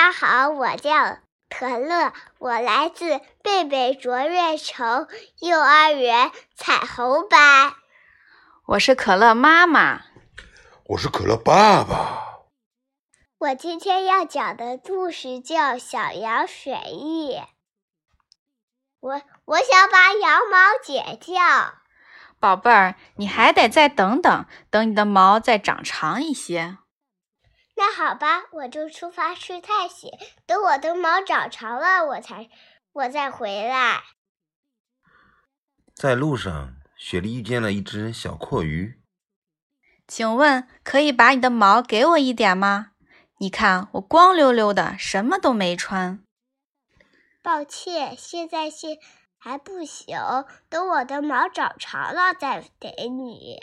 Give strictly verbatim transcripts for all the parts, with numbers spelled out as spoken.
家好，我叫可乐，我来自贝贝卓越城幼儿园彩虹班。 我是可乐妈妈。 我是可乐爸爸。 我今天要讲的故事叫《小羊雪翼》。我我想把羊毛剪掉。 宝贝儿，你还得再等等，等你的毛再长长一些。 那好吧，我就出发去探险，等我的毛长长了，我才我再回来。 在路上，雪莉遇见了一只小蛞蝓。 请问，可以把你的毛给我一点吗？你看，我光溜溜的，什么都没穿。 抱歉，现在现还不行，等我的毛长长了再给你。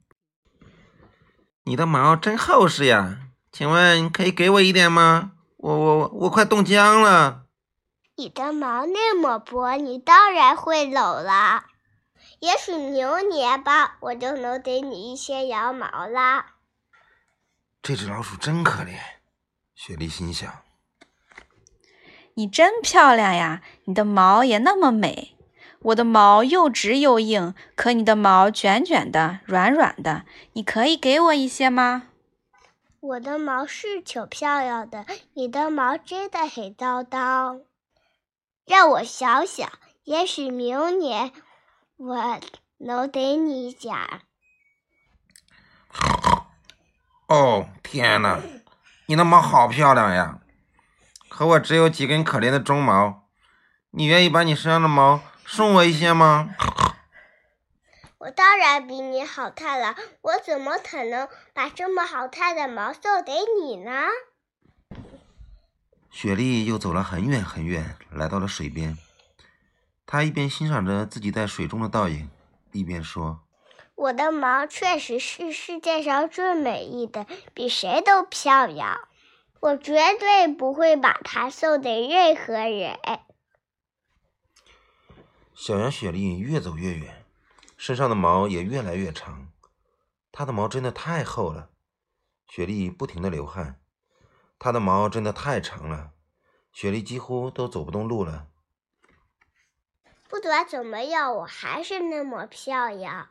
你的毛真厚实呀，请问可以给我一点吗？我我我快冻僵了。 你的毛那么薄，你当然会冷了。也许明年吧，我就能给你一些羊毛啦。 这只老鼠真可怜，雪莉心想。 你真漂亮呀，你的毛也那么美。我的毛又直又硬，可你的毛卷卷的，软软的，你可以给我一些吗？ 我的毛是挺漂亮的，你的毛真的很叨叨。让我想想，也许明年我能给你点。 哦，天哪，你的毛好漂亮呀！可我只有几根可怜的鬃毛，你愿意把你身上的毛送我一些吗？ 我当然比你好看了，我怎么可能把这么好看的毛送给你呢？ 雪莉又走了很远很远，来到了水边。她一边欣赏着自己在水中的倒影，一边说： 我的毛确实是世界上最美丽的，比谁都漂亮。我绝对不会把它送给任何人。 小羊雪莉越走越远，身上的毛也越来越长。它的毛真的太厚了，雪莉不停地流汗。它的毛真的太长了，雪莉几乎都走不动路了。 不管怎么样，我还是那么漂亮。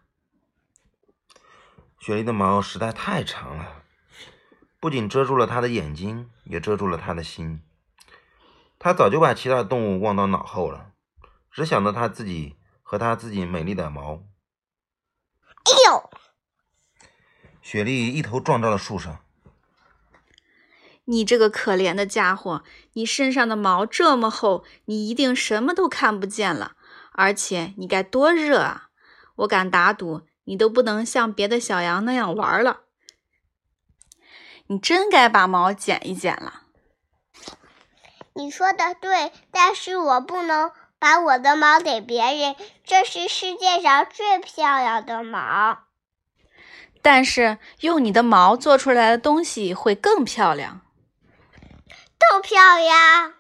雪莉的毛实在太长了，不仅遮住了她的眼睛，也遮住了她的心。她早就把其他的动物忘到脑后了，只想到她自己和她自己美丽的毛。 哎呦！ 雪莉一头撞到了树上。 你这个可怜的家伙，你身上的毛这么厚，你一定什么都看不见了。而且你该多热啊！我敢打赌，你都不能像别的小羊那样玩了。你真该把毛剪一剪了。 你说的对，但是我不能把我的毛给别人，这是世界上最漂亮的毛。 但是用你的毛做出来的东西会更漂亮。 更漂亮？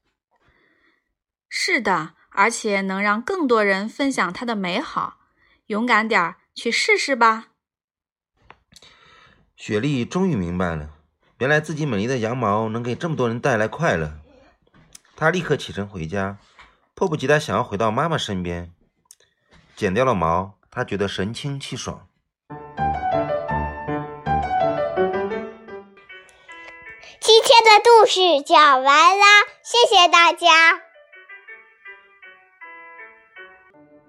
是的，而且能让更多人分享它的美好。勇敢点儿，去试试吧。 雪莉终于明白了，原来自己美丽的羊毛能给这么多人带来快乐。她立刻起身回家，迫不及待想要回到妈妈身边。剪掉了毛，她觉得神清气爽。 今天的故事讲完啦，谢谢大家。